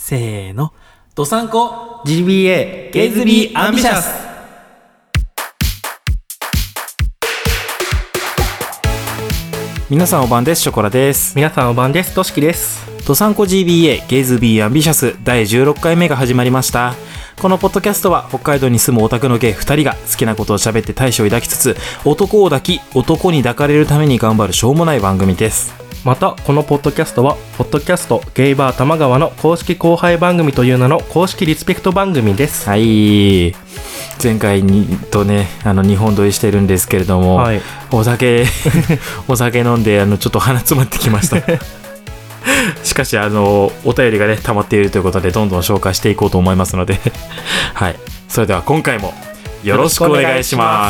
せーの、どさんこ GBA ゲイズビーアンビシャス。皆さんおばんです。ショコラです。 皆さんおばんです。としきです。 どさんこ GBA ゲイズビーアンビシャス第16回目が始まりました。このポッドキャストは北海道に住むオタクのゲイ2人が好きなことを喋って大志を抱きつつ、男を抱き男に抱かれるために頑張るしょうもない番組です。 またこのポッドキャストはポッドキャストゲイバー玉川の公式後輩番組という名の公式リスペクト番組です。 はい、前回にとね2本撮りしてるんですけれども、はい、お酒飲んでちょっと鼻詰まってきましたしかしお便りがね溜まっているということでどんどん紹介していこうと思いますのではい、それでは今回もよろしくお願いします。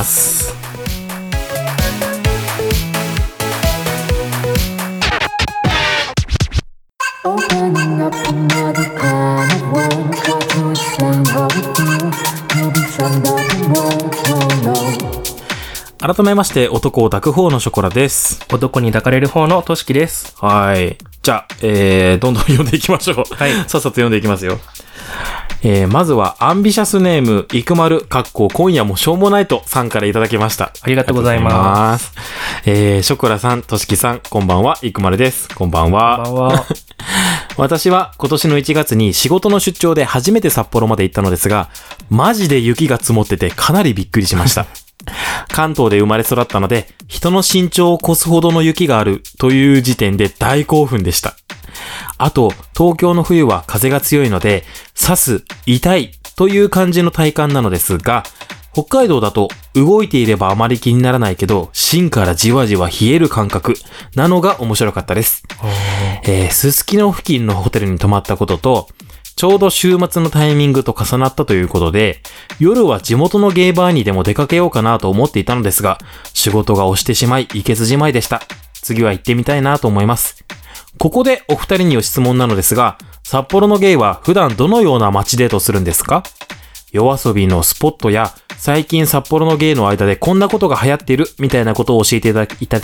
改めまして男を抱く方のショコラです。 男に抱かれる方のとしきです。 はい、じゃあ、どんどん読んでいきましょう。はい、さっさと読んでいきますよ。まずはアンビシャスネームいくまる今夜もしょうもないとさんからいただきました。 ありがとうございます。 ショコラさん、としきさん、こんばんは。いくまるです。こんばんは。 こんばんは私は今年の1月に仕事の出張で初めて札幌まで行ったのですが、マジで雪が積もっててかなりびっくりしました関東で生まれ育ったので、人の身長を越すほどの雪があるという時点で大興奮でした。あと、東京の冬は風が強いので、刺す、痛いという感じの体感なのですが、北海道だと動いていればあまり気にならないけど、芯からじわじわ冷える感覚なのが面白かったです。すすきの付近のホテルに泊まったことと、ちょうど週末のタイミングと重なったということで、夜は地元のゲイバーにでも出かけようかなと思っていたのですが、仕事が押してしまい行けずじまいでした。次は行ってみたいなと思います。ここでお二人に質問なのですが、札幌のゲイは普段どのような街デートするんですか？夜遊びのスポットや、最近札幌のゲイの間でこんなことが流行っているみたいなことを教えていただけ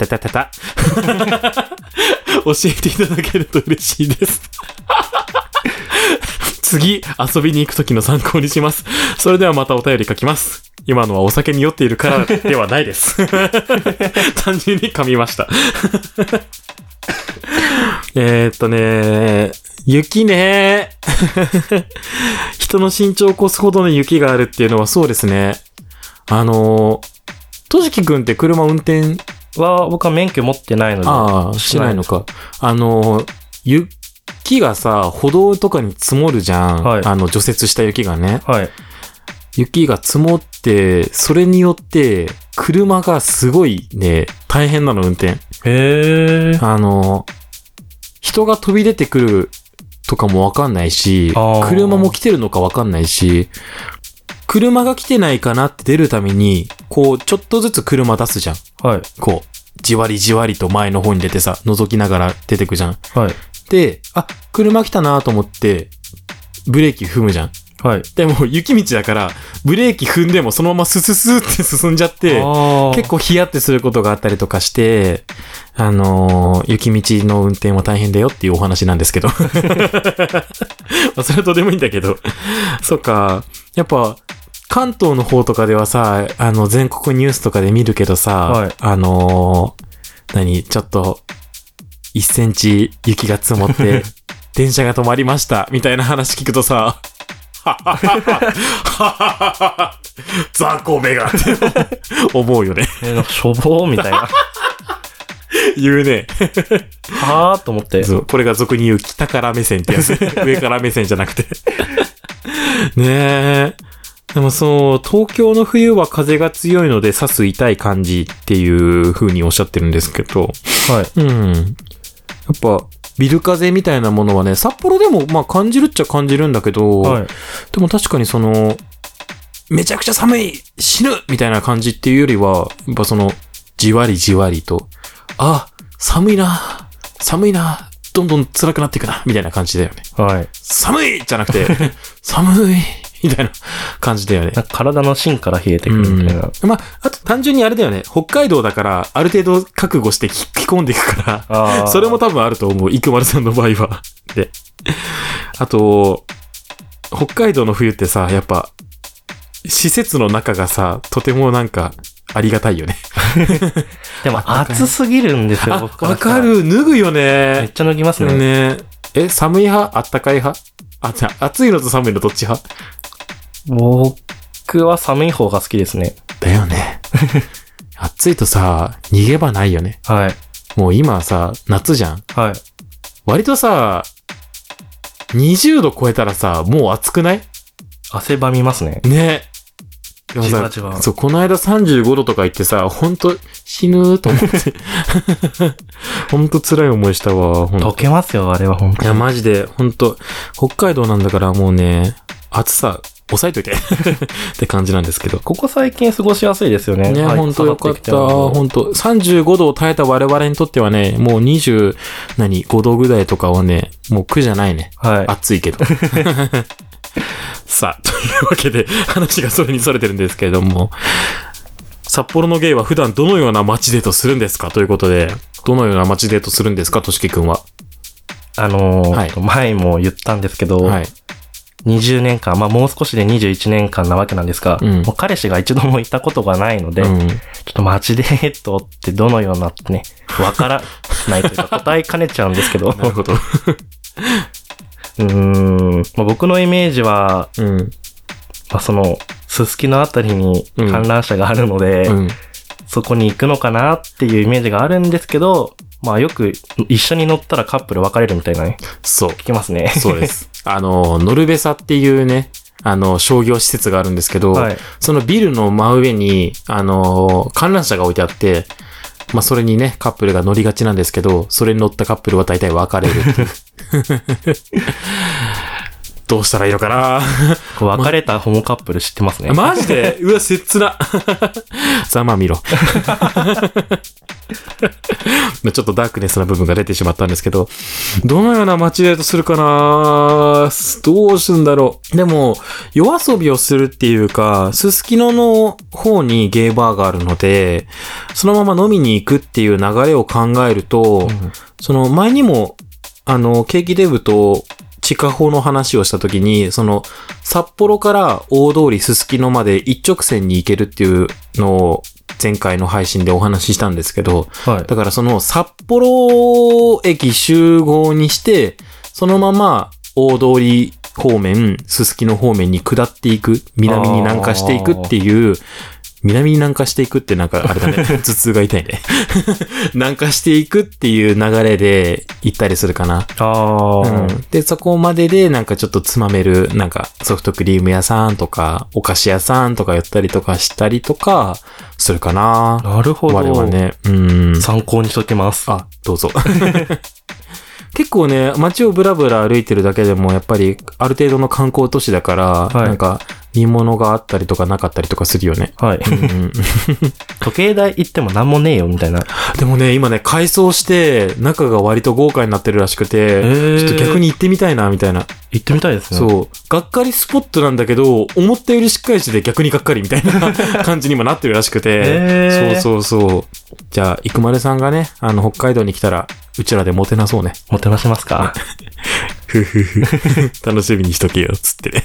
ると嬉しいです次遊びに行く時の参考にします。それではまたお便り書きます。今のはお酒に酔っているからではないです単純に噛みました雪ね人の身長を越すほどの雪があるっていうのはそうですね。としきくんって車運転は僕は免許持ってないので。 ああ、しないのか。雪がさ、歩道とかに積もるじゃん。はい、除雪した雪がね。はい。雪が積もって、それによって、車がすごいね、大変なの、運転。 へー。 人が飛び出てくるとかもわかんないし、車も来てるのかわかんないし、車が来てないかなって出るために、こう、ちょっとずつ車出すじゃん。はい。こう、じわりじわりと前の方に出てさ、覗きながら出てくじゃん。はい。で、あ、車来たなと思って、ブレーキ踏むじゃん。はい。でも、雪道だから、ブレーキ踏んでもそのままスススって進んじゃって、結構ヒヤってすることがあったりとかして、雪道の運転は大変だよっていうお話なんですけど。それはどうでもいいんだけど。そっか。やっぱ、関東の方とかではさ、全国ニュースとかで見るけどさ、はい、ちょっと、1センチ雪が積もって、電車が止まりました、みたいな話聞くとさ、ザコメがって思うよね。 しょぼーみたいな。 言うね。 はぁと思って。 そう、これが俗に言う北から目線ってやつ。上から目線じゃなくて。ねえ。でもそう、東京の冬は風が強いので刺す痛い感じっていう風におっしゃってるんですけど。はい。うん。やっぱ、ビル風みたいなものはね、札幌でもまあ感じるっちゃ感じるんだけど、はい、でも確かにめちゃくちゃ寒い死ぬみたいな感じっていうよりは、やっぱじわりじわりと、あ、寒いな、どんどん辛くなっていくな、みたいな感じだよね。はい。寒いじゃなくて、寒いみたいな感じだよね。 体の芯から冷えてくるみたいな。 まあ、あと単純にあれだよね。北海道だから、ある程度覚悟して着込んでいくから、それも多分あると思う。生丸さんの場合は。で。 あと、北海道の冬ってさ、やっぱ、施設の中がさ、とてもなんか、ありがたいよね。 でも暑すぎるんですよ、僕わかる。脱ぐよめっね。 ちゃ脱ぎますね。 寒い派あったかい派暑いのと寒いのどっち派僕は寒い方が好きですね。 だよね。暑いとさ、逃げ場ないよね。 はい。 もう今さ、夏じゃん。 はい。 割とさ、20度超えたらさ、もう暑くない汗ばみますね。 ね。でもさじわじわそう、この間35度とか言ってさ、ほんと死ぬーと思って。ほんと辛い思いしたわ。ほんと溶けますよ、あれは本当に。 いや、マジで、ほんと、北海道なんだからもうね、暑さ、抑えといて。って感じなんですけど。 ここ最近過ごしやすいですよね。 ね、 はいほんとよかった。 下がってきてもほんと、35度を耐えた我々にとってはね、もう5度ぐらいとかはね、もう苦じゃないね。 はい。 暑いけど。さあ、というわけで、話がそれにそれてるんですけれども、札幌のゲイは普段どのような街デートするんですかということで、どのような街デートするんですかとしきくんは。はい前も言ったんですけど、 はい。 20年間、まあもう少しで21年間なわけなんですが、 うんもう彼氏が一度も行ったことがないので、 うん。 ちょっと街デートってどのようなってね、わからないというか答えかねちゃうんですけど、 なるほど。 まあ、僕のイメージは、 うん。 まあ、その、すすきのあたりに観覧車があるので、 うん。 そこに行くのかなっていうイメージがあるんですけど、まあよく一緒に乗ったらカップル別れるみたいなね、 そう。 聞きますね。 そうです。ノルベサっていうね、商業施設があるんですけど、 はい。 そのビルの真上に、観覧車が置いてあって、まあ、それにね、カップルが乗りがちなんですけど、それに乗ったカップルは大体別れるっていう。どうしたらいいのかなこう別れたホモカップル知ってますね。 マジでうわ、切な。ざまあ見ろ。ちょっとダークネスな部分が出てしまったんですけど、どのような街デートするかなどうするんだろう。でも、夜遊びをするっていうか、すすきのの方にゲイバーがあるので、そのまま飲みに行くっていう流れを考えると、その前にも、ケーキデブと地下法の話をしたときに、その、札幌から大通りすすきのまで一直線に行けるっていうのを前回の配信でお話ししたんですけど、 はい。 だからその札幌駅集合にして、そのまま大通り方面、すすきの方面に下っていく、南に南下していくっていう、南に南下していくってなんかあれだね、頭痛が痛いね。南下していくっていう流れで行ったりするかな。で、そこまででなんかちょっとつまめる、なんかソフトクリーム屋さんとか、お菓子屋さんとか寄ったりとかしたりとか、するかな。 なるほど。 我々ね。 参考にしときます。 あ、どうぞ。結構ね、街をブラブラ歩いてるだけでも、やっぱり、ある程度の観光都市だから、 はいなんか、見物があったりとかなかったりとかするよね。 はい。時計台行ってもなんもねえよ、みたいな。 でもね、今ね、改装して、中が割と豪華になってるらしくて、ちょっと逆に行ってみたいな、みたいな。 行ってみたいですね。 そう。がっかりスポットなんだけど、思ったよりしっかりしてて逆にがっかりみたいな感じにもなってるらしくて。そうそうそう。じゃあ、生丸さんがね、北海道に来たら、うちらでもてなそうね。 もてなしますか？ ふふふ。楽しみにしとけよ、つって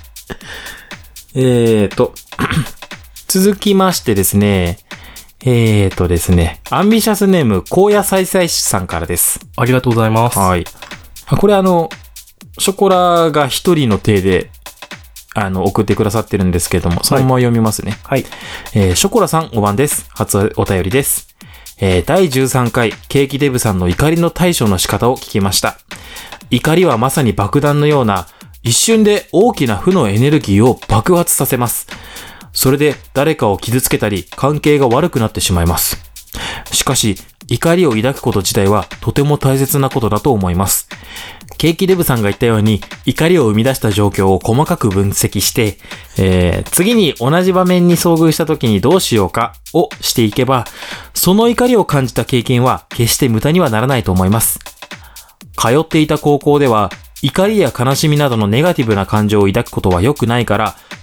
ね。続きましてですね。ですね。アンビシャスネーム、荒野再々さんからです。 ありがとうございます。 はい。これショコラが一人の手で、送ってくださってるんですけども、そのまま読みますね。 はい。 ショコラさん、お晩です。初お便りです。第13回、ケーキデブさんの怒りの対処の仕方を聞きました。怒りはまさに爆弾のような、一瞬で大きな負のエネルギーを爆発させます。それで誰かを傷つけたり、関係が悪くなってしまいます。しかし、怒りを抱くこと自体はとても大切なことだと思います。ケーキデブさんが言ったように、怒りを生み出した状況を細かく分析して、次に同じ場面に遭遇した時にどうしようかをしていけば、その怒りを感じた経験は決して無駄にはならないと思います。通っていた高校では、怒りや悲しみなどのネガティブな感情を抱くことは良くないから、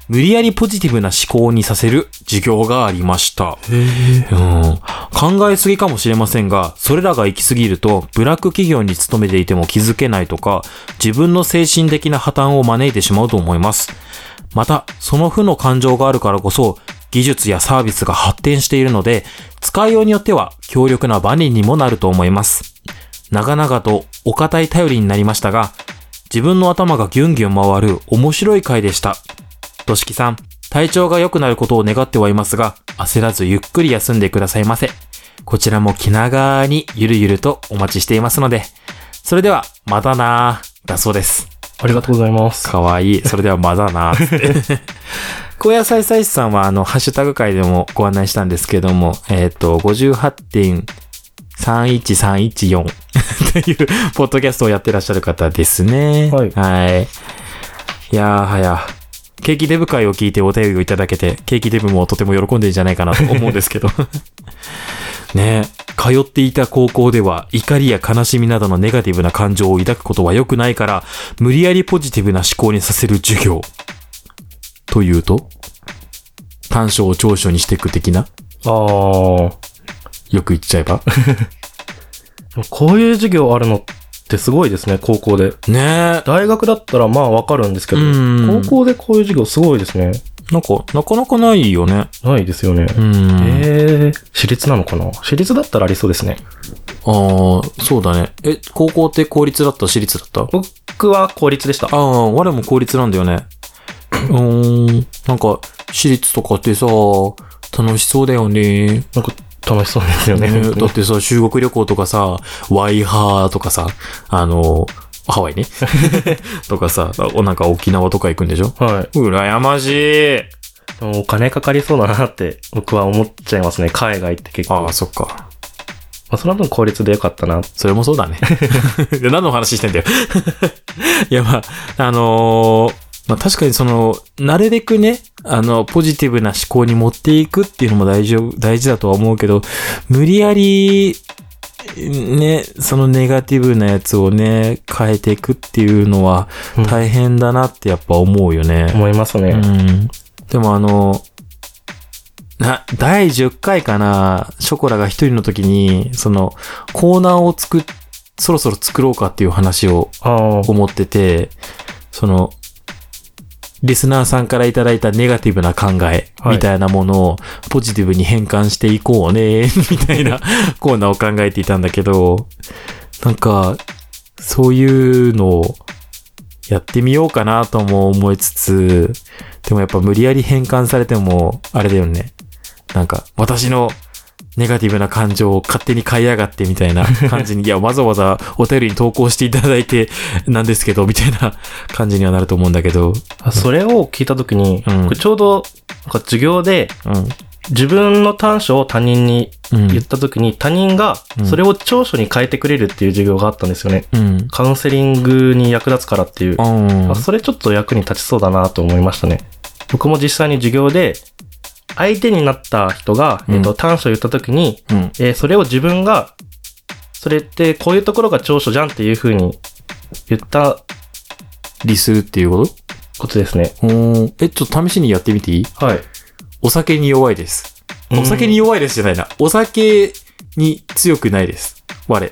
無理やりポジティブな思考にさせる授業がありました。考えすぎかもしれませんが、それらが行き過ぎると、ブラック企業に勤めていても気づけないとか、自分の精神的な破綻を招いてしまうと思います。また、その負の感情があるからこそ、技術やサービスが発展しているので、使いようによっては強力なバネにもなると思います。長々とお堅い頼りになりましたが、自分の頭がギュンギュン回る面白い回でした。としきさん、体調が良くなることを願ってはいますが、焦らずゆっくり休んでくださいませ。こちらも気長にゆるゆるとお待ちしていますので、それではまたなーだそうです。 ありがとうございます。 かわいい。それではまだなーって。高野菜菜師さんはハッシュタグ会でもご案内したんですけども、58.31314 というポッドキャストをやってらっしゃる方ですね。 はい。 はい。いやーはや。ケーキデブ会を聞いてお便りをいただけて、ケーキデブもとても喜んでるんじゃないかなと思うんですけど。ねえ、通っていた高校では怒りや悲しみなどのネガティブな感情を抱くことは良くないから、無理やりポジティブな思考にさせる授業。というと、短所を長所にしていく的な。よく言っちゃえば。 こういう授業あるのってすごいですね、高校で。 ねえ。 大学だったらまあわかるんですけど、高校でこういう授業すごいですね。 なかなかないよね。 ないですよね。私立なのかな？私立だったらありそうですね。 そうだね。高校って公立だった？私立だった？ 僕は公立でした。 我も公立なんだよね。なんか、私立とかってさ、楽しそうだよね。 なんか、楽しそうですよね。 だってさ、修学旅行とかさ、ワイハーとかさ、ハワイね。とかさ、なんか沖縄とか行くんでしょ？ はい。 羨ましい。 お金かかりそうだなって僕は思っちゃいますね。海外って結構。 そっか。 その分効率でよかったな。 それもそうだね。で、何の話してんだよ。いや、確かになるべくね、ポジティブな思考に持っていくっていうのも大事だとは思うけど、無理やり、ね、そのネガティブなやつをね、変えていくっていうのは大変だなってやっぱ思うよね。 思いますね。 でも第10回かな、ショコラが一人の時に、コーナーをそろそろ作ろうかっていう話を思ってて、リスナーさんからいただいたネガティブな考えみたいなものをポジティブに変換していこうね、みたいなコーナーを考えていたんだけど、なんか、そういうのをやってみようかなとも思いつつ、でもやっぱ無理やり変換されても、あれだよね。なんか、私のネガティブな感情を勝手に買いやがってみたいな感じに、いや、わざわざお便りに投稿していただいてなんですけど、みたいな感じにはなると思うんだけど。 それを聞いたときに、ちょうど、授業で、自分の短所を他人に言ったときに、他人がそれを長所に変えてくれるっていう授業があったんですよね。カウンセリングに役立つからっていう。それちょっと役に立ちそうだなと思いましたね。僕も実際に授業で、相手になった人が、短所を言ったときに、それを自分が、それってこういうところが長所じゃんっていう風に言ったりするっていうことですね。 ちょっと試しにやってみていい？ はい。 お酒に弱いです。お酒に弱いですじゃないな。お酒に強くないです。我。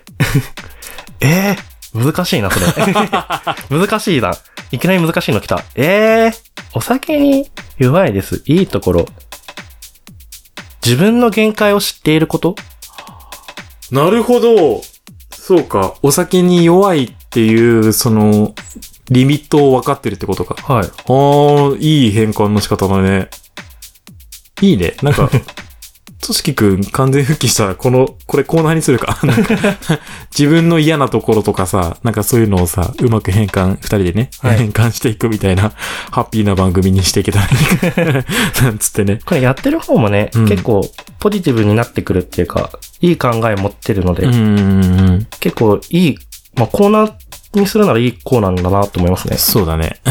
難しいな、それ。難しいな。いきなり難しいの来た。お酒に弱いです。いいところ。自分の限界を知っていること？ なるほど。そうか。お酒に弱いっていう、リミットを分かってるってことか。 はい。 いい変換の仕方だね。いいね。なんか、としきくん完全復帰したら、これコーナーにするか。自分の嫌なところとかさ、なんかそういうのをさ、うまく二人でね、変換していくみたいな、ハッピーな番組にしていけたらいいか。なんつってね。 これやってる方もね、結構ポジティブになってくるっていうか、いい考え持ってるので、結構いい、コーナーにするならいいコーナーだなと思いますね。 そうだね。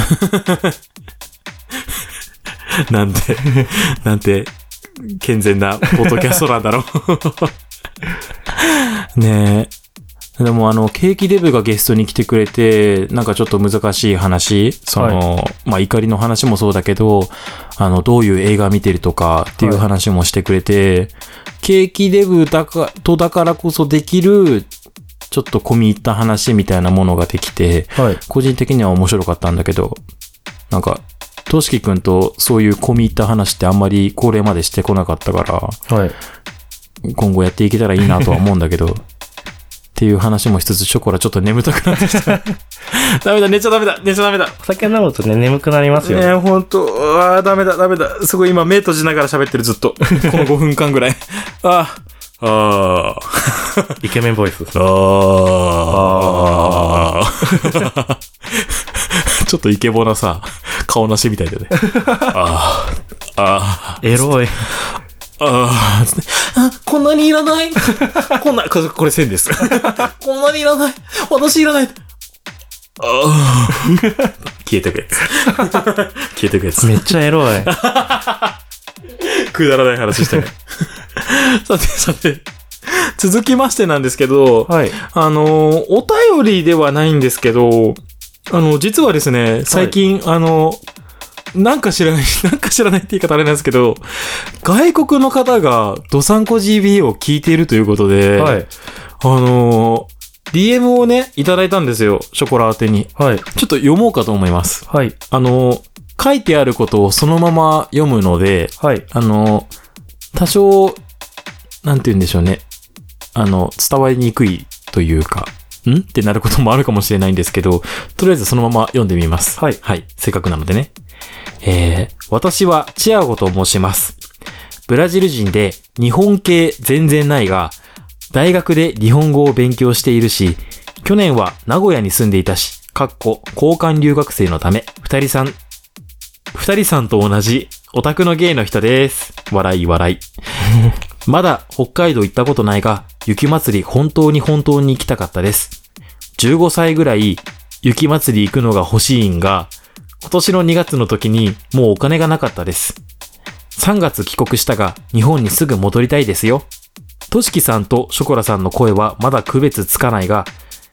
なんて、健全なポッドキャストなんだろう。ねえ。 でもケーキデブがゲストに来てくれて、なんかちょっと難しい話、まあ怒りの話もそうだけど、どういう映画見てるとかっていう話もしてくれて、ケーキデブだからこそできる、ちょっと込み入った話みたいなものができて、個人的には面白かったんだけど、なんか、としきくんとそういう込み入った話ってあんまりこれまでしてこなかったから、今後やっていけたらいいなとは思うんだけど、っていう話もしつつ、ショコラちょっと眠たくなってきた。ダメだ、寝ちゃダメだ。 お酒飲むとね、眠くなりますよ。 ね、ほんと、ダメだ。すごい今目閉じながら喋ってる、ずっと。この5分間ぐらい。 イケメンボイス。 ちょっとイケボなさ、顔なしみたいだね。 エロい。 こんなにいらない。これ線です。こんなにいらない。私いらない。消えてくやつ。 めっちゃエロい。 くだらない話したね。さて、続きましてなんですけど、お便りではないんですけど、実はですね、最近、なんか知らないって言い方あれなんですけど、外国の方がドサンコ GBA を聞いているということで、DM をね、いただいたんですよ、ショコラ宛てに。ちょっと読もうかと思います。書いてあることをそのまま読むので、多少、なんて言うんでしょうね。伝わりにくいというか、ってなることもあるかもしれないんですけど、とりあえずそのまま読んでみます。せっかくなのでね。私はチアゴと申します。ブラジル人で日本系全然ないが、大学で日本語を勉強しているし、去年は名古屋に住んでいたし、交換留学生のため、二人さんと同じオタクのゲイの人です。笑い。まだ北海道行ったことないが、雪祭り本当に行きたかったです。15歳ぐらい雪祭り行くのが欲しいんが、今年の2月の時にもうお金がなかったです。3月帰国したが、日本にすぐ戻りたいですよ。としきさんとショコラさんの声はまだ区別つかないが、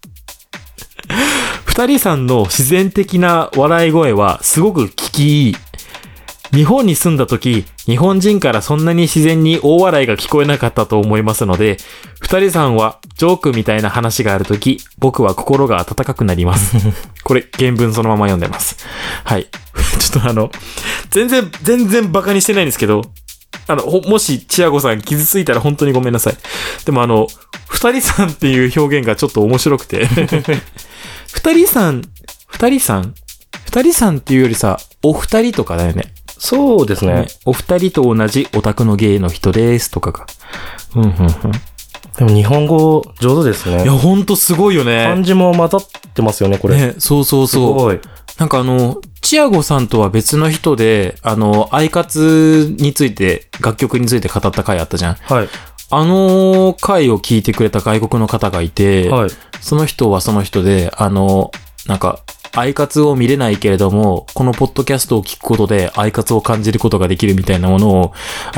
二人さんの自然的な笑い声はすごく聞きいい。日本に住んだ時、日本人からそんなに自然に大笑いが聞こえなかったと思いますので、二人さんはジョークみたいな話がある時、僕は心が温かくなります。これ、原文そのまま読んでます。はい。ちょっと全然バカにしてないんですけど、もし、チアゴさん傷ついたら本当にごめんなさい。でも二人さんっていう表現がちょっと面白くて。二人さんっていうよりさ、お二人とかだよね。 そうですね。 お二人と同じオタクのゲイの人ですとかが。 でも日本語上手ですね。 いや、ほんとすごいよね。 漢字も混ざってますよね、これ。 ね、そう。すごい。なんかチアゴさんとは別の人で、アイカツについて、楽曲について語った回あったじゃん。回を聞いてくれた外国の方がいて、その人はその人で、なんか、アイカツを見れないけれども、このポッドキャストを聞くことでアイカツを感じることができるみたいなものを、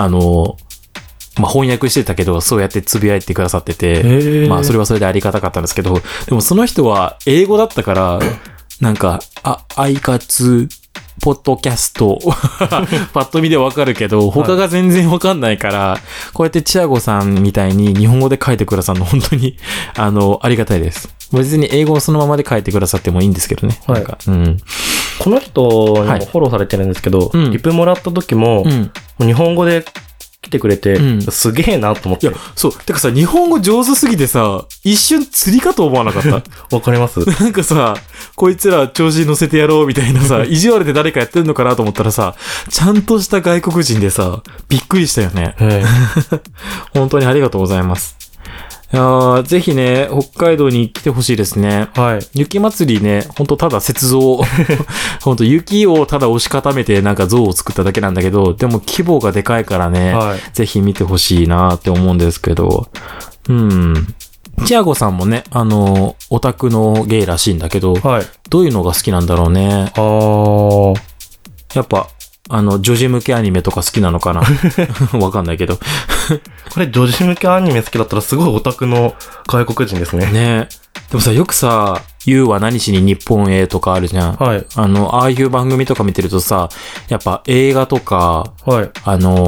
翻訳してたけど、そうやってつぶやいてくださってて、それはそれでありがたかったんですけど、でもその人は英語だったから、なんか、アイカツ、ポッドキャスト、パッと見でわかるけど、他が全然わかんないから、こうやってチアゴさんみたいに日本語で書いてくださるの本当に、ありがたいです。別に英語をそのままで書いてくださってもいいんですけどね。なんか、 この人にもフォローされてるんですけど、リプもらった時も、日本語で来てくれて、すげえなと思って。 いや、そう。てかさ、日本語上手すぎてさ、一瞬釣りかと思わなかった？ わかります。 なんかさ、こいつら調子に乗せてやろうみたいなさ、意地悪で誰かやってんのかなと思ったらさ、ちゃんとした外国人でさ、びっくりしたよね。本当にありがとうございます。ぜひね、北海道に来てほしいですね。雪祭りね、ほんとただ雪像、ほんと雪をただ押し固めてなんか像を作っただけなんだけど、でも規模がでかいからね、ぜひ見てほしいなって思うんですけど、チアゴさんもね、オタクのゲイらしいんだけど、どういうのが好きなんだろうね。やっぱ、 女児向けアニメとか好きなのかなわかんないけど。 これ女児向けアニメ好きだったらすごいオタクの外国人ですね。 ね。でもさ、よくさ、You は何しに日本へとかあるじゃん。 はい。 ああいう番組とか見てるとさ、やっぱ映画とか、 はい。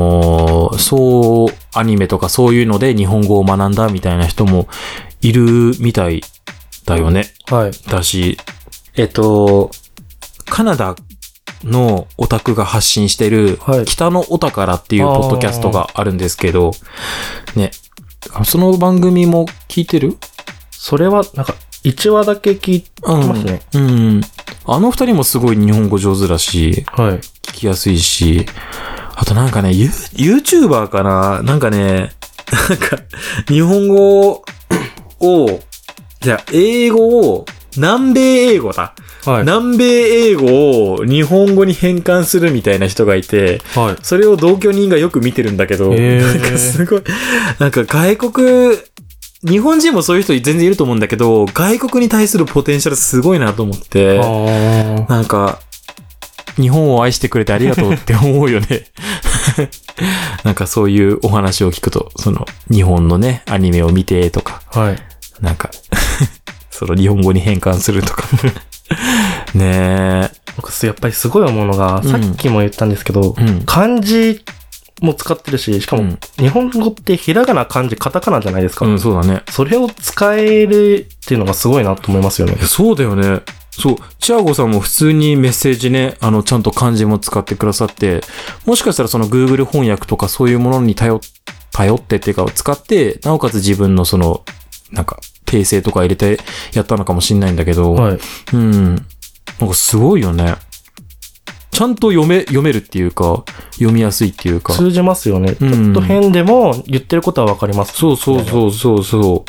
アニメとかそういうので日本語を学んだみたいな人もいるみたいだよね。 はい。 だし、カナダのオタクが発信してる、北のお宝っていうポッドキャストがあるんですけど、ね。その番組も聞いてる？ それは、なんか、1話だけ聞いてますね。 うん。あの二人もすごい日本語上手だし、 はい。 聞きやすいし、あとなんかね、YouTuber かな？なんかね、日本語を、じゃあ、英語を、南米英語だ。はい。南米英語を日本語に変換するみたいな人がいて、はい。それを同居人がよく見てるんだけど、なんかすごい、なんか外国、日本人もそういう人全然いると思うんだけど、外国に対するポテンシャルすごいなと思って、なんか、日本を愛してくれてありがとうって思うよね。なんかそういうお話を聞くと、日本のね、アニメを見てとか、はい。なんか、日本語に変換するとか。ねえ。 僕、やっぱりすごい思うのが、さっきも言ったんですけど、漢字も使ってるし、しかも、日本語ってひらがな、漢字、カタカナじゃないですか。 そうだね。 それを使えるっていうのがすごいなと思いますよね。 そうだよね。そう。チアゴさんも普通にメッセージね、ちゃんと漢字も使ってくださって、もしかしたらGoogle 翻訳とかそういうものに頼ってっていうか使って、なおかつ自分のなんか、訂正とか入れてやったのかもしんないんだけど、はい。なんかすごいよね。ちゃんと読めるっていうか、読みやすいっていうか。 通じますよね。ちょっと変でも言ってることはわかります、 ね。そう。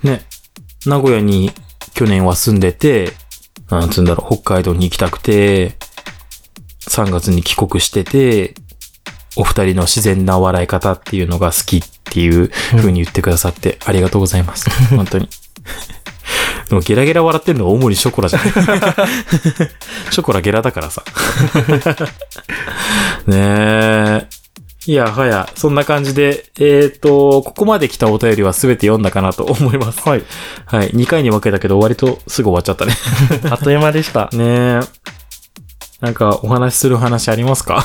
ね。名古屋に去年は住んでて、なんつうんだろう、北海道に行きたくて、3月に帰国してて、お二人の自然な笑い方っていうのが好きっていう風に言ってくださってありがとうございます。本当に。でもゲラゲラ笑ってるのは主にショコラじゃない。ショコラゲラだからさ。ねえ。いやはや、そんな感じで、ここまで来たお便りは全て読んだかなと思います。はい。はい。2回に分けたけど割とすぐ終わっちゃったね。 あっという間でした。 ねえ。なんかお話しする話ありますか？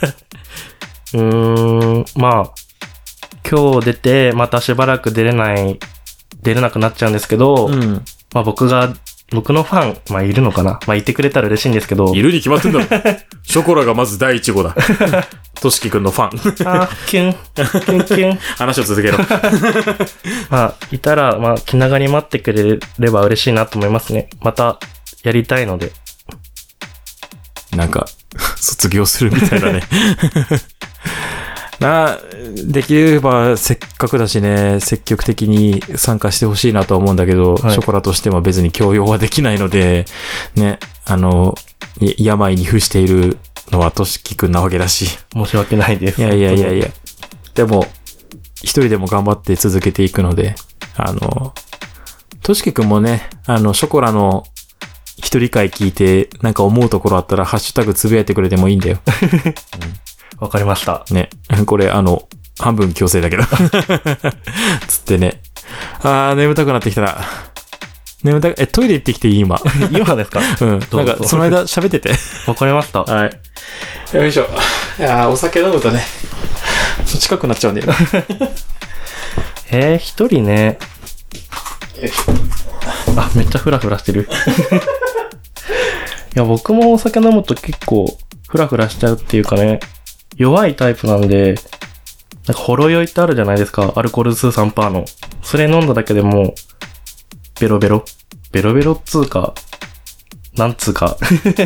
まあ、今日出て、またしばらく出れなくなっちゃうんですけど、まあ僕のファン、まあいるのかな？まあいてくれたら嬉しいんですけど。 いるに決まってんだろ。ショコラがまず第一号だ。としきくんのファン。 キュン。 話を続けろ。 まあ、いたら、まあ気長に待ってくれれば嬉しいなと思いますね。また、やりたいので。 なんか、卒業するみたいだね。できればせっかくだしね、積極的に参加してほしいなと思うんだけど、はい、ショコラとしても別に強要はできないので、ね、病に伏しているのはとしきくんなわけだし。 申し訳ないです。 いや。でも、一人でも頑張って続けていくので、としきくんもね、ショコラの一人会聞いて、なんか思うところあったら、ハッシュタグつぶやいてくれてもいいんだよ。 わかりました。 ね。これ、半分強制だけど。つってね。眠たくなってきたら。トイレ行ってきていい今。 今ですか？ うん。なんか、その間喋ってて。 わかりました。 はい。よいしょ。いやお酒飲むとね、近くなっちゃうんだよね。一人ね。めっちゃフラフラしてる。いや、僕もお酒飲むと結構、フラフラしちゃうっていうかね、弱いタイプなんで、なんかほろ酔いってあるじゃないですか。アルコール数 3% の。それ飲んだだけでもう、ベロベロっつうか、なんつうか。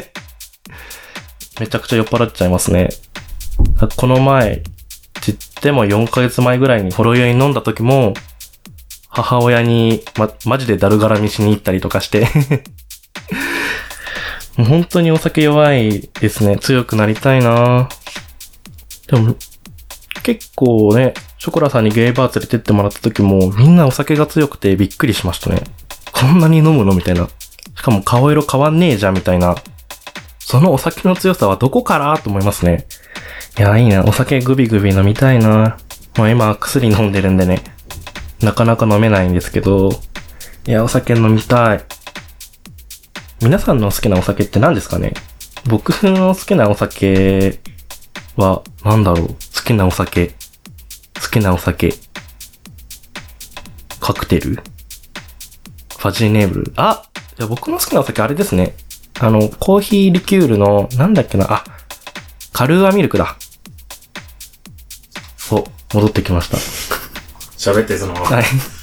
めちゃくちゃ酔っ払っちゃいますね。この前、ちっても4ヶ月前ぐらいにほろ酔い飲んだ時も、母親に、マジでだるがらみしに行ったりとかして。もう本当にお酒弱いですね。強くなりたいな。でも、結構ね、ショコラさんにゲイバー連れてってもらった時も、みんなお酒が強くてびっくりしましたね。こんなに飲むのみたいな。しかも顔色変わんねえじゃんみたいな。 そのお酒の強さはどこからと思いますね。いや、いいな。お酒グビグビ飲みたいな。まあ今薬飲んでるんでね。なかなか飲めないんですけど。いや、お酒飲みたい。皆さんの好きなお酒って何ですかね？僕の好きなお酒は、なんだろう。好きなお酒。カクテル？ファジーネーブル？あ！じゃあ僕の好きなお酒あれですね。コーヒーリキュールの、なんだっけな、あ、カルーアミルクだ。そう、戻ってきました。 喋ってそのまま。 はい。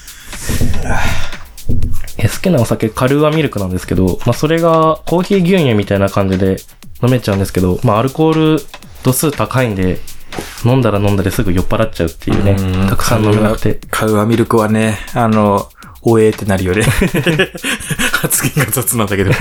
好きなお酒、カルーアミルクなんですけど、まあ、それがコーヒー牛乳みたいな感じで飲めちゃうんですけど、まあ、アルコール度数高いんで、飲んだら飲んだですぐ酔っ払っちゃうっていうね。たくさん飲めなくて。 カルーアミルクはね、おえーってなるよね。発言が雑なんだけど。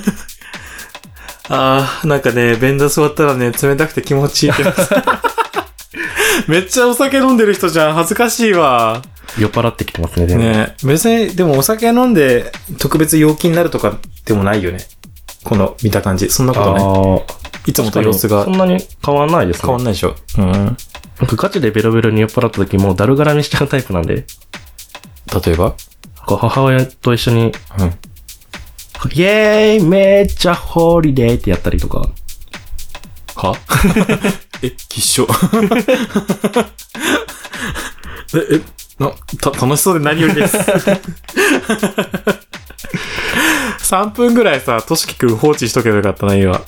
なんかね、便座座ったらね、冷たくて気持ちいいってます。めっちゃお酒飲んでる人じゃん。恥ずかしいわ。 酔っ払ってきてますね、全然。ね、別に、でもお酒飲んで特別陽気になるとかでもないよね。この見た感じ。そんなことない。いつもと様子が。 そんなに変わんないですね。 変わんないでしょ。 僕ガチでベロベロに酔っ払った時もうだるがらみしちゃうタイプなんで。 例えば母親と一緒に、イエーイめっちゃホリデーってやったりとか。 はきっしょ。楽しそうで何よりです。3分ぐらいさ、としきくん放置しとけばよかったな、今。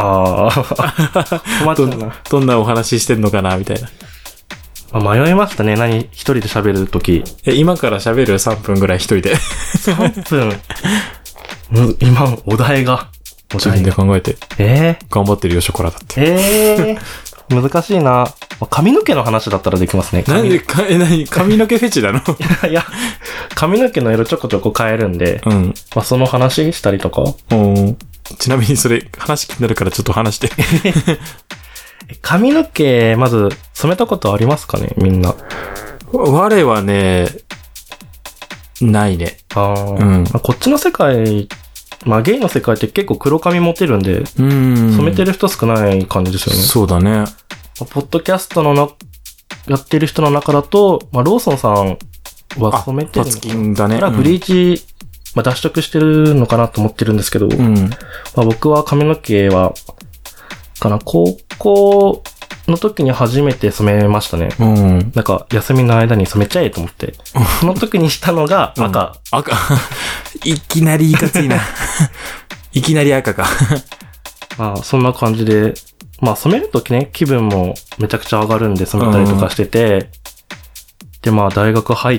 困ったな。どんなお話してんのかな、みたいな。 迷いましたね、一人で喋るとき。 今から喋る3分ぐらい一人で。 3分今、お題が。 自分で考えて。頑張ってるよ、ショコラだって。 難しいな。髪の毛の話だったらできますね。 髪の毛フェチなの？ いや、髪の毛の色ちょこちょこ変えるんで、その話したりとか。 ちなみにそれ、話気になるからちょっと話して。 髪の毛、まず、染めたことありますかね、みんな。 我はね、ないね。 こっちの世界、ゲイの世界って結構黒髪持てるんで、染めてる人少ない感じですよね。 そうだね。 ポッドキャストやってる人の中だと、ローソンさんは染めてるのかな。パツキンだね。ブリーチ、脱色してるのかなと思ってるんですけど、僕は髪の毛は、高校の時に初めて染めましたね。なんか、休みの間に染めちゃえと思って。その時にしたのが赤。 赤。いきなりいかついな。いきなり赤か。 そんな感じで、染める時ね、気分もめちゃくちゃ上がるんで染めたりとかしてて、で、大学入って、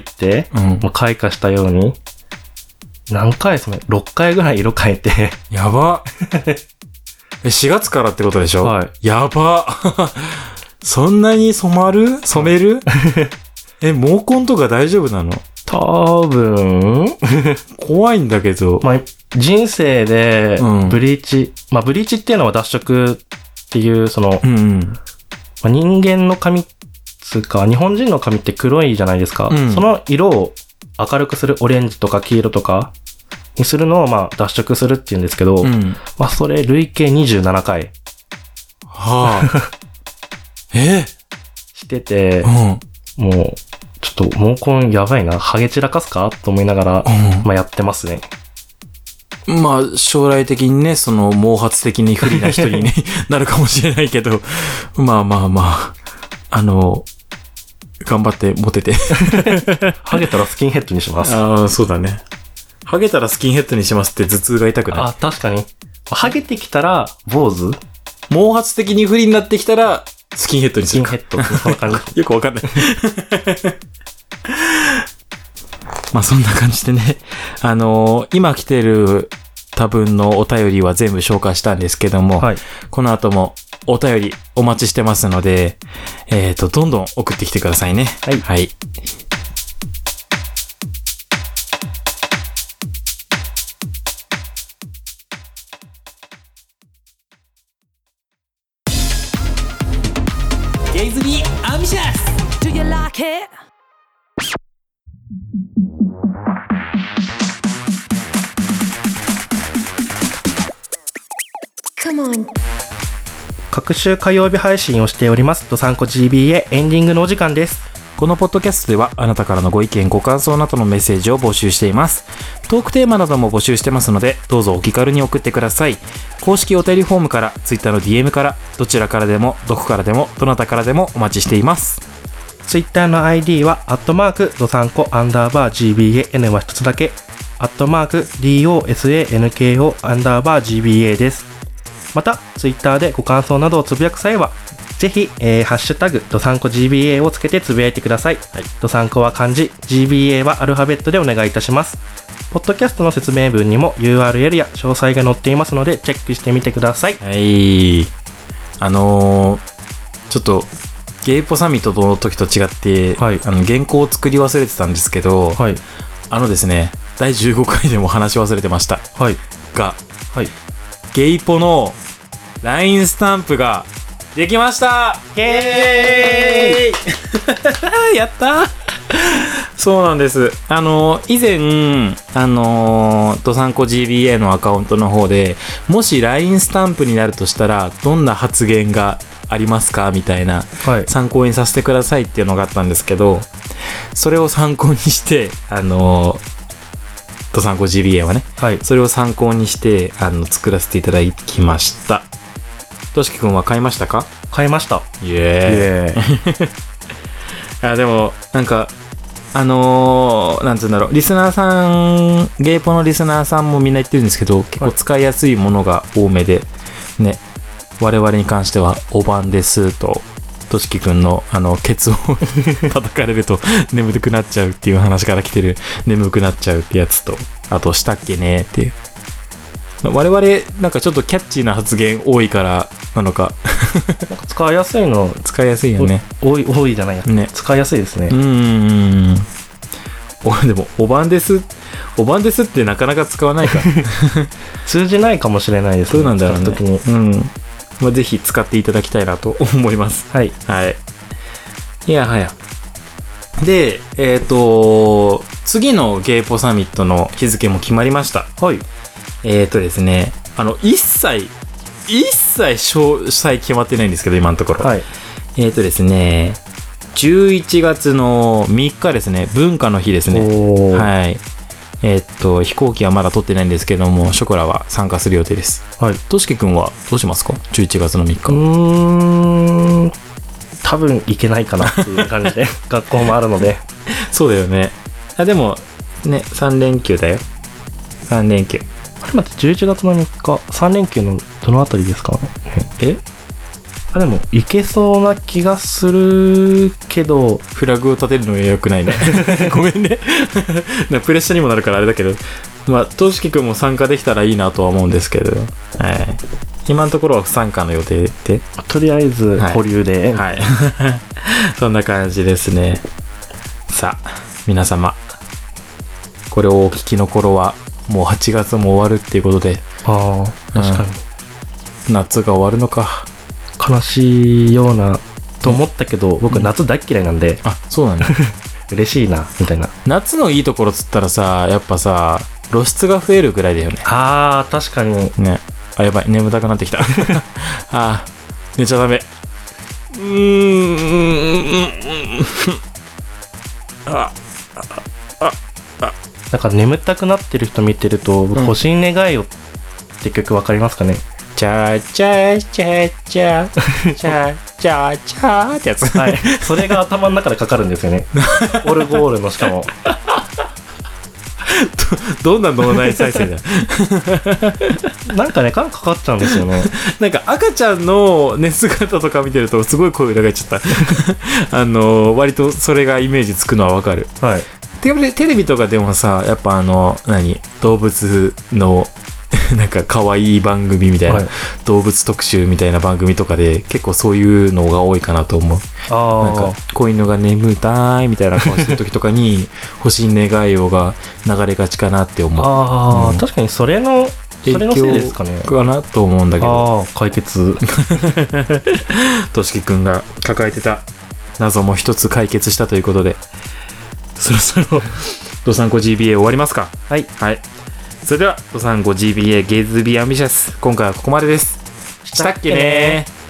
開花したように、何回6回ぐらい色変えて。 やば。4月からってことでしょ？ はい。 やば。そんなに染める毛根とか大丈夫なの？ 多分怖いんだけど。 人生で、ブリーチ、ブリーチっていうのは脱色っていう、人間の髪つうか、日本人の髪って黒いじゃないですか。その色を明るくするオレンジとか黄色とかにするのを、脱色するっていうんですけど、それ累計27回。 はあ。 してて、もう、ちょっと毛根やばいな、ハゲ散らかすかと思いながら、やってますね。 将来的にね、毛髪的に不利な人に、ね、なるかもしれないけど、頑張ってモテて。 ハゲたらスキンヘッドにします。 そうだね。ハゲたらスキンヘッドにしますって頭痛が痛くない？ 確かに。ハゲてきたら、坊主？ 毛髪的に不利になってきたら、スキンヘッドにする。 スキンヘッド。そんな感じ。 よくわかんない。そんな感じでね。今来てる多分のお便りは全部紹介したんですけども、この後もお便りお待ちしてますので、どんどん送ってきてくださいね。はい。ゲイズビーアンビシャス Do you like it? こ各週火曜日配信をしておりますどさんこ GBA エンディングのお時間です。 このポッドキャストではあなたからのご意見ご感想などのメッセージを募集しています。トークテーマなども募集してますのでどうぞお気軽に送ってください。公式お便りフォームから Twitter の DM からどちらからでもどこからでもどなたからでもお待ちしています。 Twitter の ID はどさんこ_GBA、N は一つだけ@DOSANKO_GBA です。また Twitter でご感想などをつぶやく際はぜひ、ハッシュタグどさんこ GBA をつけてつぶやいてください。どさんこは漢字 GBA はアルファベットでお願いいたします。ポッドキャストの説明文にも URL や詳細が載っていますのでチェックしてみてください。 はい、ちょっとゲイポサミットの時と違って、はい、原稿を作り忘れてたんですけど、はい、ですね第15回でも話し忘れてました、はい、が、はい、ゲイポの LINE スタンプができました。イエーイやったそうなんです。以前どさんこ GBA のアカウントの方でもし LINE スタンプになるとしたらどんな発言がありますかみたいな、はい、参考にさせてくださいっていうのがあったんですけど、それを参考にしてどさんこ GBA はね、はい、それを参考にして作らせていただきました。としきくんは買いましたか？ 買いました。 イエーイでもなんかなんつうんだろう、リスナーさんゲイポのリスナーさんもみんな言ってるんですけど、結構使いやすいものが多めでね、我々に関してはおばんですととしきくんのケツを叩かれると眠くなっちゃうっていう話から来てる眠くなっちゃうってやつと、あとしたっけねっていう、我々なんかちょっとキャッチーな発言多いからなのかなんか使いやすいの使いやすいよね。 多いじゃないや、ね、使いやすいですね。 でもおばんですってなかなか使わないから通じないかもしれないですね。 そうなんだろうね。時にぜひ使っていただきたいなと思います。はいはい。いやはやで次のゲイポサミットの日付も決まりました。はい。ですね一切詳細決まってないんですけど今のところ、はい、ですね11月の3日ですね、文化の日ですね。はい。飛行機はまだ取ってないんですけども、ショコラは参加する予定です。はい。としきくんはどうしますか？11月の3日。 多分行けないかなっていう感じで学校もあるのでそうだよね。でもね3連休だよ。3連休。 あれ待って、11月の3日3連休のどのあたりですか？でも行けそうな気がするけど、 フラグを立てるのが良くないねごめんねプレッシャーにもなるからあれだけど、としきくんも参加できたらいいなとは思うんですけど、はい、今のところは不参加の予定で、 とりあえず保留で、 はい、そんな感じですね。さあ皆様、これをお聞きの頃はもう8月も終わるっていうことで、 ああ確かに、 夏が終わるのか。 悲しいようなと思ったけど、僕夏大嫌いなんで、 あ、そうなんだ嬉しいなみたいな。 夏のいいところつったらさ、やっぱさ露出が増えるぐらいだよね。 あー確かにね。やばい、眠たくなってきた寝ちゃダメ。 なんか眠たくなってる人見てると、星に願いをって曲わかりますかね？ チャーチャーチャーチャーチャーチャーチャーってやつ。 はい。それが頭の中でかかるんですよね。オルゴールのしかも。 どんな脳内再生だなんかね、かかっちゃうんですよね。 なんか赤ちゃんの寝姿とか見てるとすごい声裏返っちゃった割とそれがイメージつくのはわかる。はい。テレビとかでもさ、やっぱ動物のなんか可愛い番組みたいな、はい、動物特集みたいな番組とかで結構そういうのが多いかなと思う。なんか子犬が眠たいみたいな顔してる時とかに星に願いをが流れがちかなって思う。 確かにそれのせいですかね。 かなと思うんだけど。 解決。 としきくんが抱えてた謎も一つ解決したということで、そろそろどさんこ GBA 終わりますか。はい。はい。それではどさんこ GBA ゲイズビーアンビシャス、今回はここまでです。 したっけね。